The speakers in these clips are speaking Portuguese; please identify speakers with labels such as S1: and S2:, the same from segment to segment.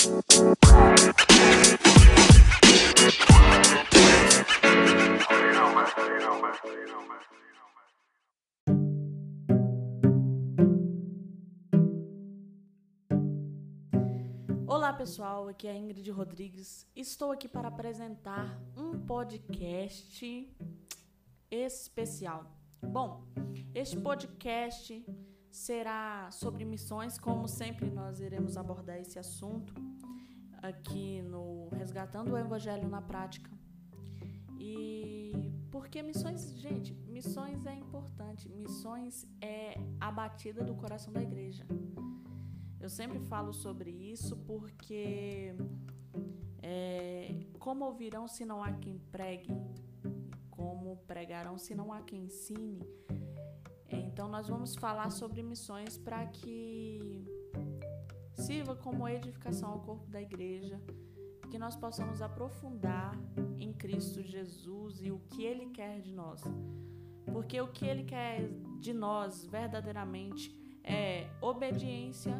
S1: Olá pessoal, aqui é a Ingrid Rodrigues. Estou aqui para apresentar um podcast especial. Bom, este podcast será sobre missões, como sempre nós iremos abordar esse assunto aqui no Resgatando o Evangelho na Prática. E porque missões, gente, missões é importante, missões é a batida do coração da igreja. Eu sempre falo sobre isso porque como ouvirão se não há quem pregue, como pregarão se não há quem ensine. Então nós vamos falar sobre missões para que sirva como edificação ao corpo da igreja, que nós possamos aprofundar em Cristo Jesus e o que Ele quer de nós. Porque o que Ele quer de nós verdadeiramente é obediência.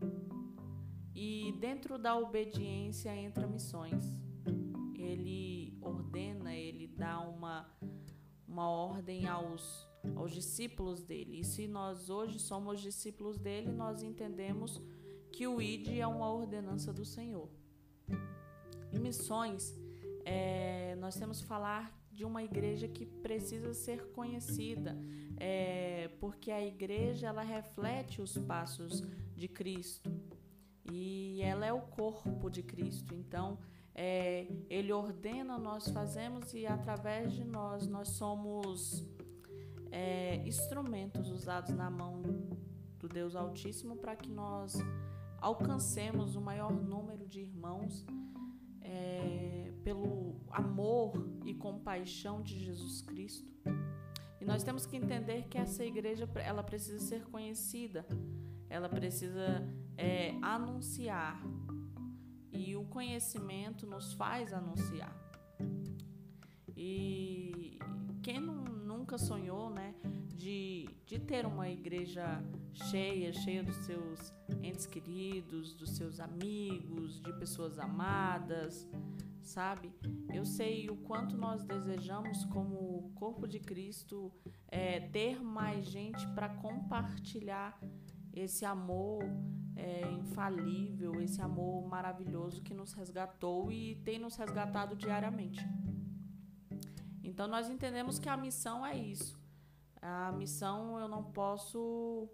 S1: E dentro da obediência entra missões. Ele ordena, ele dá uma ordem aos discípulos dele. E se nós hoje somos discípulos dele, nós entendemos que o ID é uma ordenança do Senhor. Em missões, nós temos que falar de uma igreja que precisa ser conhecida, porque a igreja ela reflete os passos de Cristo. E ela é o corpo de Cristo. Então, Ele ordena, nós fazemos e através de nós somos instrumentos usados na mão do Deus Altíssimo para que nós alcancemos o maior número de irmãos pelo amor e compaixão de Jesus Cristo. E nós temos que entender que essa igreja ela precisa ser conhecida, ela precisa anunciar, e o conhecimento nos faz anunciar. E quem nunca sonhou, né, de ter uma igreja cheia dos seus entes queridos, dos seus amigos, de pessoas amadas, sabe? Eu sei o quanto nós desejamos, como corpo de Cristo, ter mais gente para compartilhar esse amor infalível, esse amor maravilhoso que nos resgatou e tem nos resgatado diariamente. Então nós entendemos que a missão é isso. A missão eu não posso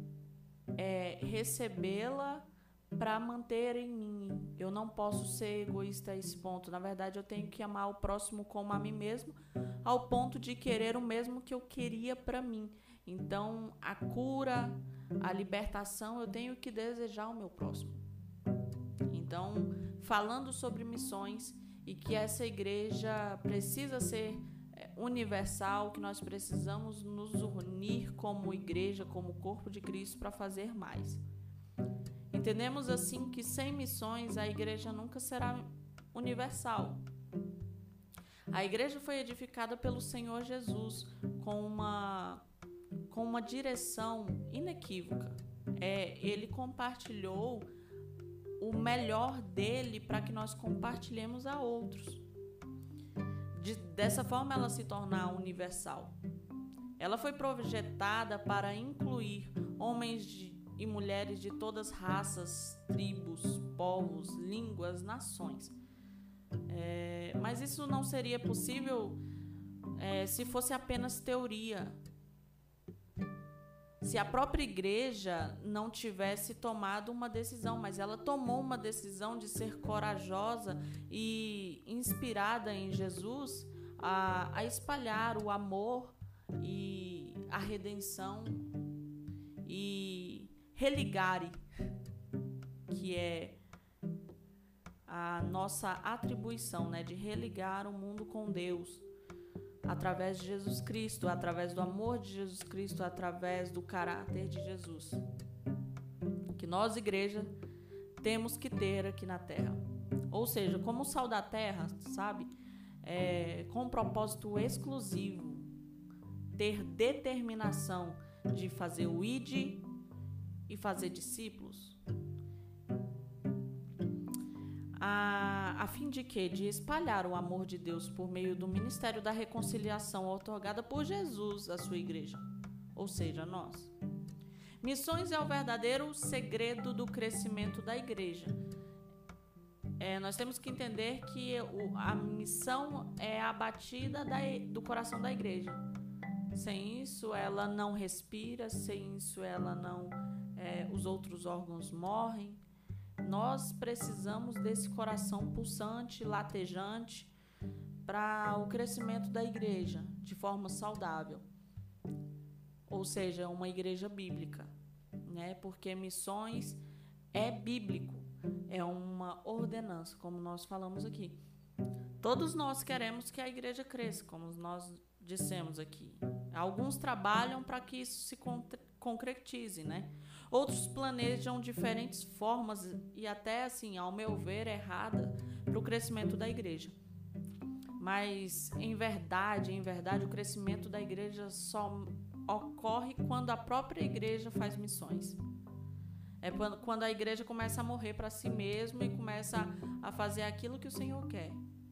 S1: recebê-la para manter em mim. Eu não posso ser egoísta a esse ponto. Na verdade, eu tenho que amar o próximo como a mim mesmo, ao ponto de querer o mesmo que eu queria para mim. Então, a cura, a libertação, eu tenho que desejar ao meu próximo. Então, falando sobre missões e que essa igreja precisa ser universal, que nós precisamos nos unir como igreja, como corpo de Cristo para fazer mais. Entendemos assim que sem missões a igreja nunca será universal. A igreja foi edificada pelo Senhor Jesus com uma direção inequívoca. Ele compartilhou o melhor dele para que nós compartilhemos a outros. Dessa forma ela se torna universal. Ela foi projetada para incluir homens e mulheres de todas as raças, tribos, povos, línguas, nações. Mas isso não seria possível se fosse apenas teoria. Se a própria igreja não tivesse tomado uma decisão, mas ela tomou uma decisão de ser corajosa e inspirada em Jesus a espalhar o amor e a redenção e religare, que é a nossa atribuição, né, de religar o mundo com Deus. Através de Jesus Cristo, através do amor de Jesus Cristo, através do caráter de Jesus. Que nós, igreja, temos que ter aqui na Terra. Ou seja, como sal da terra, sabe? Com um propósito exclusivo. Ter determinação de fazer o ID e fazer discípulos. a fim de quê? De espalhar o amor de Deus por meio do ministério da reconciliação otorgada por Jesus à sua igreja, ou seja, nós. Missões é o verdadeiro segredo do crescimento da igreja. Nós temos que entender que a missão é a batida do coração da igreja. Sem isso, ela não respira, sem isso, ela não, os outros órgãos morrem. Nós precisamos desse coração pulsante, latejante, para o crescimento da igreja de forma saudável. Ou seja, uma igreja bíblica, né? Porque missões é bíblico, é uma ordenança, como nós falamos aqui. Todos nós queremos que a igreja cresça, como nós dissemos aqui. Alguns trabalham para que isso se concretize, né? Outros planejam diferentes formas e até, assim, ao meu ver, errada para o crescimento da igreja. Mas, em verdade, o crescimento da igreja só ocorre quando a própria igreja faz missões. É quando a igreja começa a morrer para si mesma e começa a fazer aquilo que o Senhor quer.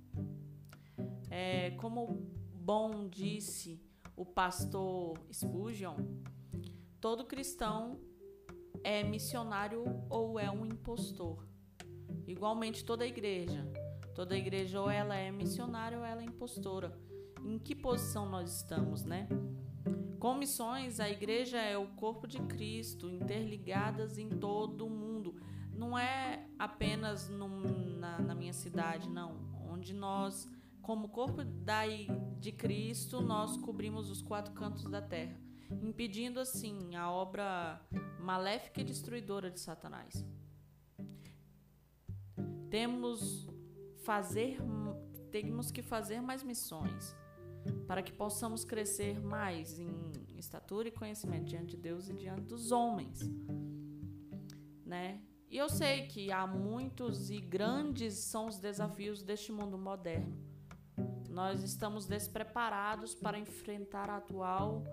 S1: Como bom disse o pastor Spurgeon, todo cristão é missionário ou é um impostor. Igualmente toda igreja ou ela é missionária ou ela é impostora. Em que posição nós estamos, né? Com missões, a igreja é o corpo de Cristo, interligadas em todo o mundo. Não é apenas na minha cidade, não. Onde nós, como corpo de Cristo, nós cobrimos os 4 cantos da terra, impedindo assim a obra maléfica e destruidora de Satanás. Temos que fazer mais missões para que possamos crescer mais em estatura e conhecimento diante de Deus e diante dos homens, né? E eu sei que há muitos e grandes são os desafios deste mundo moderno. Nós estamos despreparados para enfrentar a atual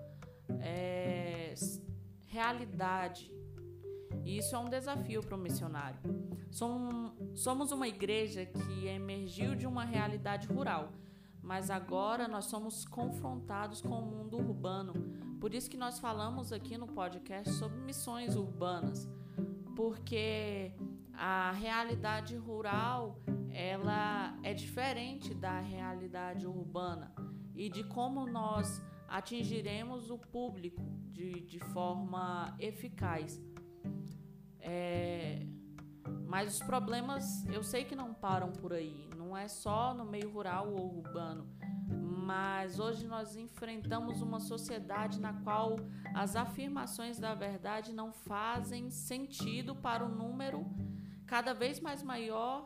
S1: realidade. E isso é um desafio para o missionário. Somos uma igreja que emergiu de uma realidade rural, mas agora nós somos confrontados com o mundo urbano. Por isso que nós falamos aqui no podcast sobre missões urbanas, porque a realidade rural ela é diferente da realidade urbana e de como nós atingiremos o público de forma eficaz. Mas os problemas eu sei que não param por aí, não é só no meio rural ou urbano, mas hoje nós enfrentamos uma sociedade na qual as afirmações da verdade não fazem sentido para o número cada vez maior,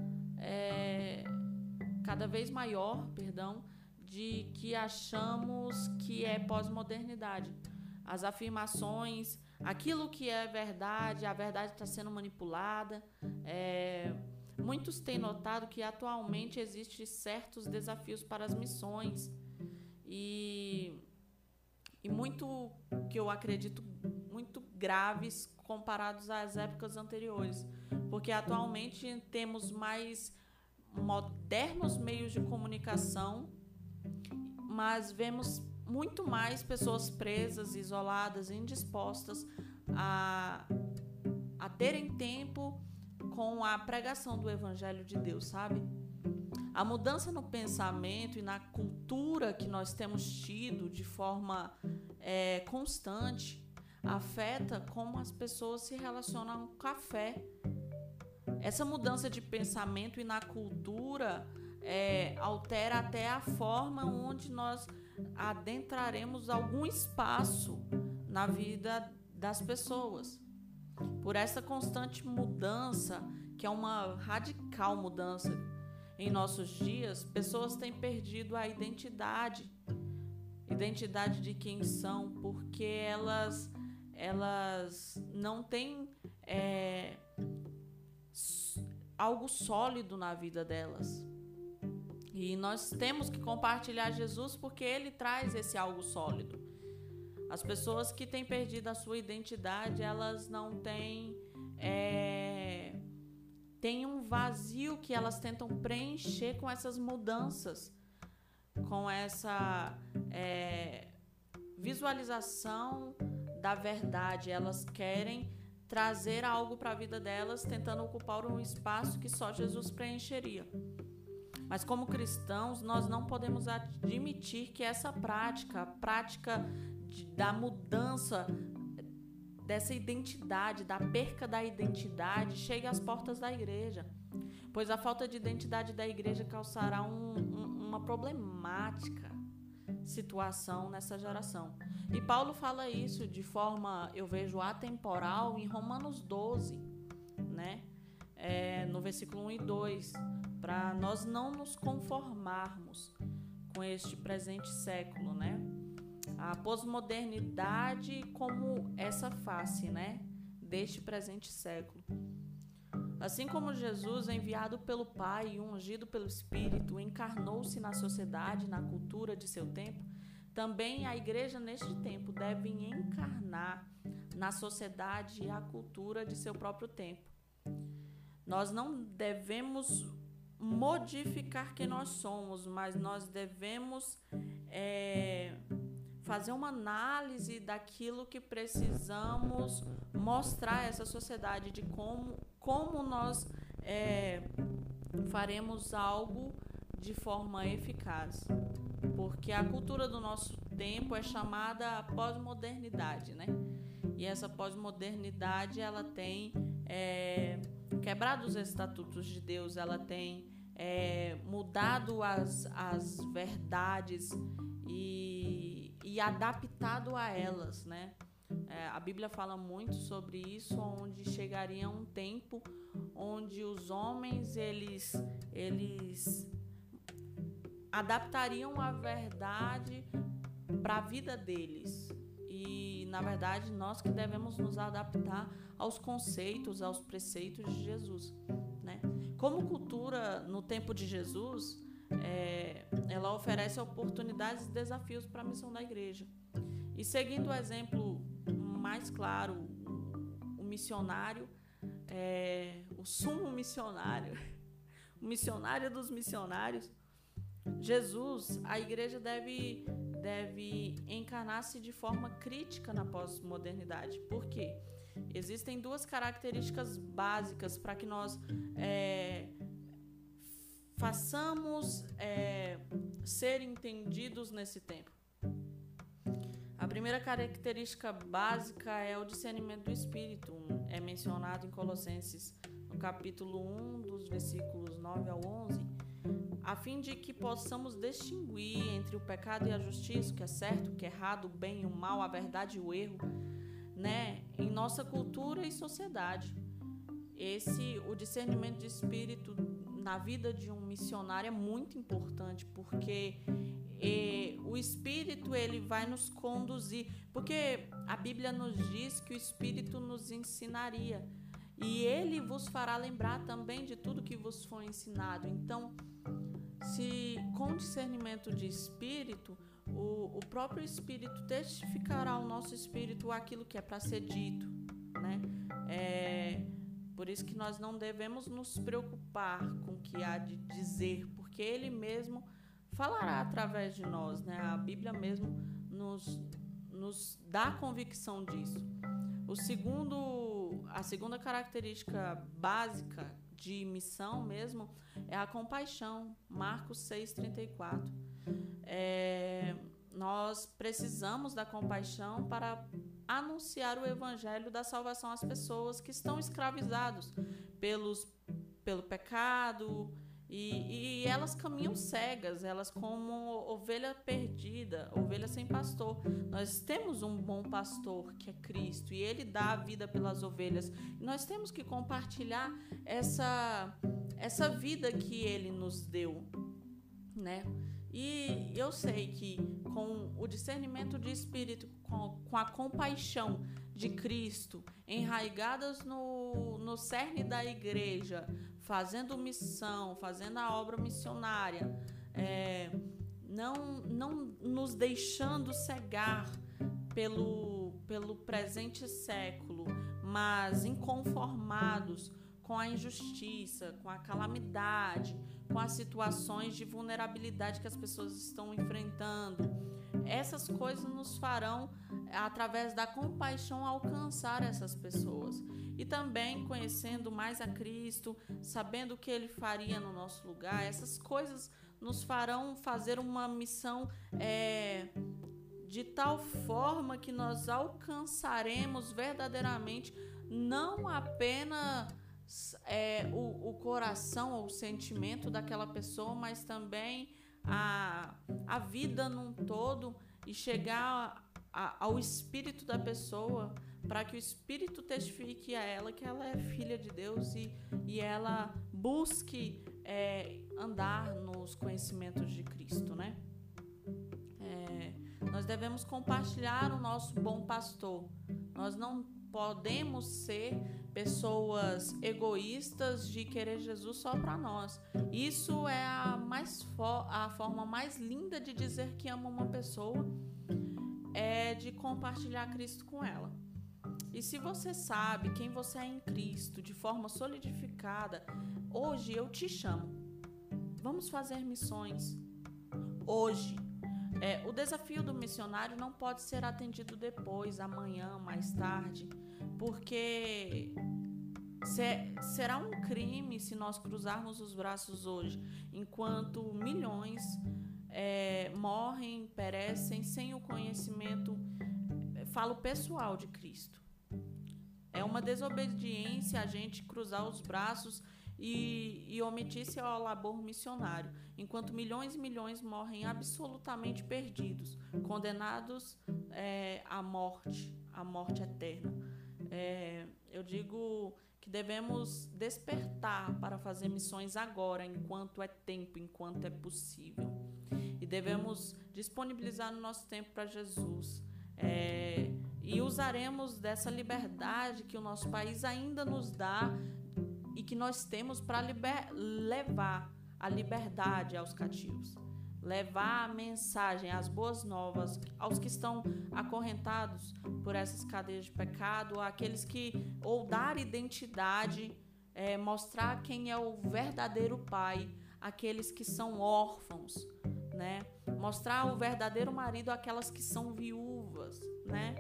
S1: de que achamos que é pós-modernidade. As afirmações, aquilo que é verdade, a verdade está sendo manipulada. Muitos têm notado que atualmente existem certos desafios para as missões e muito, que eu acredito, muito graves comparados às épocas anteriores, porque atualmente temos mais modernos meios de comunicação, mas vemos muito mais pessoas presas, isoladas, indispostas a terem tempo com a pregação do Evangelho de Deus, sabe? A mudança no pensamento e na cultura que nós temos tido de forma constante afeta como as pessoas se relacionam com a fé. Essa mudança de pensamento e na cultura altera até a forma onde nós adentraremos algum espaço na vida das pessoas. Por essa constante mudança, que é uma radical mudança em nossos dias, pessoas têm perdido a identidade de quem são, porque elas não têm algo sólido na vida delas. E nós temos que compartilhar Jesus porque ele traz esse algo sólido. As pessoas que têm perdido a sua identidade, elas não têm tem um vazio que elas tentam preencher com essas mudanças, com essa visualização da verdade. Elas querem trazer algo para a vida delas, tentando ocupar um espaço que só Jesus preencheria. Mas como cristãos, nós não podemos admitir que essa prática, a prática da mudança dessa identidade, da perca da identidade, chegue às portas da igreja. Pois a falta de identidade da igreja causará uma problemática situação nessa geração. E Paulo fala isso de forma, eu vejo, atemporal em Romanos 12, né? No versículo 1 e 2, para nós não nos conformarmos com este presente século, né? A pós-modernidade como essa face, né, deste presente século. Assim como Jesus, enviado pelo Pai e ungido pelo Espírito, encarnou-se na sociedade, na cultura de seu tempo, também a igreja neste tempo deve encarnar na sociedade e a cultura de seu próprio tempo. Nós não devemos modificar quem nós somos, mas nós devemos fazer uma análise daquilo que precisamos mostrar a essa sociedade, de como nós faremos algo de forma eficaz. Porque a cultura do nosso tempo é chamada pós-modernidade, né? E essa pós-modernidade, ela tem quebrado os estatutos de Deus, ela tem mudado as verdades e adaptado a elas, né? A Bíblia fala muito sobre isso, onde chegaria um tempo onde os homens eles adaptariam a verdade para a vida deles. E, na verdade, nós que devemos nos adaptar aos conceitos, aos preceitos de Jesus, né? Como cultura no tempo de Jesus, ela oferece oportunidades e desafios para a missão da igreja. E seguindo o exemplo mais claro, o missionário, o sumo missionário, o missionário dos missionários, Jesus, a igreja deve encarnar-se de forma crítica na pós-modernidade. Por quê? Existem duas características básicas para que nós façamos ser entendidos nesse tempo. A primeira característica básica é o discernimento do Espírito. É mencionado em Colossenses, no capítulo 1, dos versículos 9 ao 11, a fim de que possamos distinguir entre o pecado e a justiça, o que é certo, o que é errado, o bem e o mal, a verdade e o erro, né, em nossa cultura e sociedade. O discernimento de espírito na vida de um missionário é muito importante, porque o Espírito ele vai nos conduzir, porque a Bíblia nos diz que o Espírito nos ensinaria e ele vos fará lembrar também de tudo que vos foi ensinado. Então, se com discernimento de espírito, o próprio Espírito testificará ao nosso espírito aquilo que é para ser dito, né? Por isso que nós não devemos nos preocupar com o que há de dizer, porque ele mesmo falará através de nós, né? A Bíblia mesmo nos dá convicção disso. A segunda característica básica de missão mesmo é a compaixão. Marcos 6,34. Nós precisamos da compaixão para anunciar o evangelho da salvação às pessoas que estão escravizados pelo pecado, e elas caminham cegas, elas como ovelha perdida, ovelha sem pastor. Nós temos um bom pastor que é Cristo e ele dá a vida pelas ovelhas. E nós temos que compartilhar essa vida que ele nos deu, né? E eu sei que com o discernimento de espírito, com a compaixão de Cristo, enraigadas no cerne da igreja, fazendo missão, fazendo a obra missionária, não nos deixando cegar pelo presente século, mas inconformados com a injustiça, com a calamidade, com as situações de vulnerabilidade que as pessoas estão enfrentando. Essas coisas nos farão, através da compaixão, alcançar essas pessoas. E também conhecendo mais a Cristo, sabendo o que Ele faria no nosso lugar, essas coisas nos farão fazer uma missão de tal forma que nós alcançaremos verdadeiramente não apenas o coração ou o sentimento daquela pessoa, mas também a vida num todo, e chegar ao espírito da pessoa, para que o espírito testifique a ela que ela é filha de Deus e ela busque andar nos conhecimentos de Cristo, né? Nós devemos compartilhar o nosso bom pastor. Nós não podemos ser pessoas egoístas de querer Jesus só para nós. Isso é a forma mais linda de dizer que ama uma pessoa, é de compartilhar Cristo com ela. E se você sabe quem você é em Cristo de forma solidificada, hoje eu te chamo. Vamos fazer missões. Hoje. O desafio do missionário não pode ser atendido depois, amanhã, mais tarde, porque será um crime se nós cruzarmos os braços hoje, enquanto milhões morrem, perecem sem o conhecimento, falo pessoal, de Cristo. É uma desobediência a gente cruzar os braços e omitir-se ao labor missionário, enquanto milhões e milhões morrem absolutamente perdidos, condenados à morte eterna. Eu digo que devemos despertar para fazer missões agora, enquanto é tempo, enquanto é possível. E devemos disponibilizar o nosso tempo para Jesus. E usaremos dessa liberdade que o nosso país ainda nos dá e que nós temos para levar a liberdade aos cativos, levar a mensagem, as boas novas aos que estão acorrentados por essas cadeias de pecado, àqueles que, ou dar identidade, mostrar quem é o verdadeiro pai, aqueles que são órfãos, né? Mostrar o verdadeiro marido àquelas que são viúvas, né?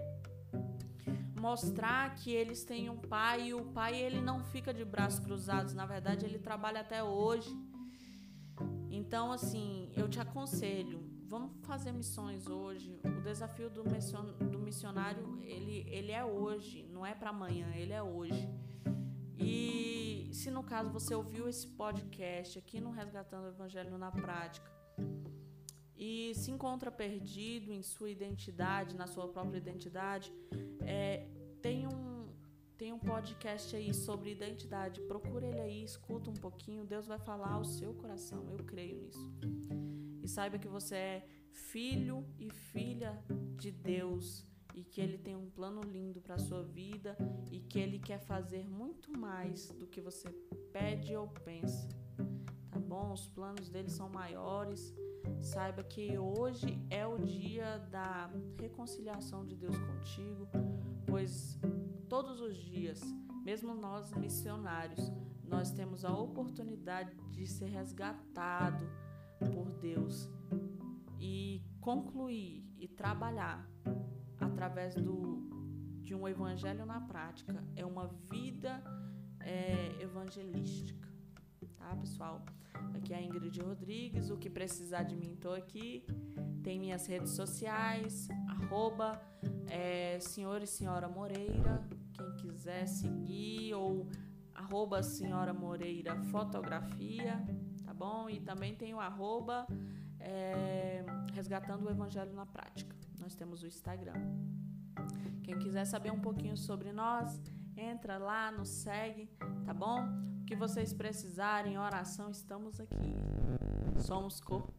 S1: Mostrar que eles têm um pai, e o pai, ele não fica de braços cruzados, na verdade ele trabalha até hoje. Então, assim, eu te aconselho, vamos fazer missões hoje. O desafio do missionário, ele é hoje, não é para amanhã, ele é hoje. E se no caso você ouviu esse podcast aqui no Resgatando o Evangelho na Prática e se encontra perdido em sua identidade, na sua própria identidade, tem um podcast aí sobre identidade. Procura ele aí, escuta um pouquinho. Deus vai falar ao seu coração, eu creio nisso. E saiba que você é filho e filha de Deus, e que Ele tem um plano lindo para a sua vida, e que Ele quer fazer muito mais do que você pede ou pensa, tá bom? Os planos dele são maiores. Saiba que hoje é o dia da reconciliação de Deus contigo, pois todos os dias, mesmo nós missionários, nós temos a oportunidade de ser resgatado por Deus e concluir e trabalhar através de um evangelho na prática. É uma vida evangelística, tá, pessoal? Aqui é a Ingrid Rodrigues. O que precisar de mim, tô aqui. Tem minhas redes sociais, Senhor e Senhora Moreira, quem quiser seguir, ou Senhora Moreira Fotografia, tá bom? E também tem o Resgatando o Evangelho na Prática. Nós temos o Instagram. Quem quiser saber um pouquinho sobre nós, entra lá, nos segue, tá bom? O que vocês precisarem, oração, estamos aqui. Somos corpo